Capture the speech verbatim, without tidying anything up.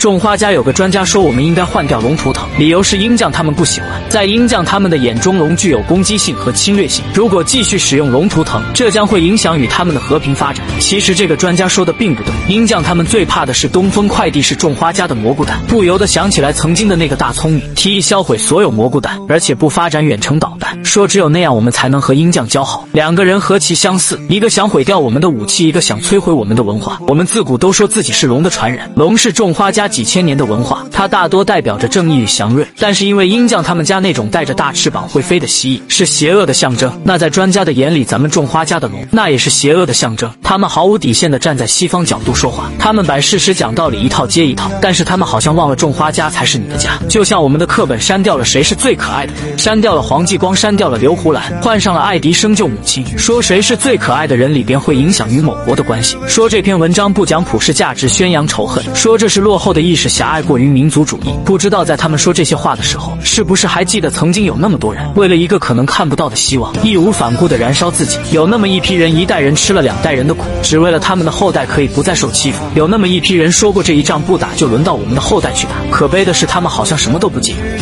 种花家有个专家说，我们应该换掉龙图腾，理由是鹰将他们不喜欢。在鹰将他们的眼中，龙具有攻击性和侵略性，如果继续使用龙图腾，这将会影响与他们的和平发展。其实这个专家说的并不对，鹰将他们最怕的是东风快递是种花家的蘑菇弹，不由得想起来曾经的那个大聪明，提议销毁所有蘑菇弹，而且不发展远程导弹，说只有那样我们才能和鹰将交好。两个人何其相似，一个想毁掉我们的武器，一个想摧毁我们的文化。我们自古都说自己是龙的传人，龙是种花家几千年的文化，它大多代表着正义与祥瑞，但是因为鹰将他们家那种带着大翅膀会飞的蜥蜴是邪恶的象征，那在专家的眼里，咱们种花家的龙那也是邪恶的象征。他们毫无底线地站在西方角度说话，他们摆事实讲道理，一套接一套，但是他们好像忘了种花家才是你的家。就像我们的课本删掉了谁是最可爱的人，删掉了黄继光，删掉了刘胡兰，换上了爱迪生救母亲，说谁是最可爱的人里边会影响与某国的关系，说这篇文章不讲普世价值，宣扬仇恨，说这是落后的意识，狭隘过于民族主义。不知道在他们说这些话的时候，是不是还记得曾经有那么多人为了一个可能看不到的希望，义无反顾地燃烧自己？有那么一批人，一代人吃了两代人的苦，只为了他们的后代可以不再受欺负。有那么一批人说过，这一仗不打就轮到我们的后代去打，可悲的是他们好像什么都不记得。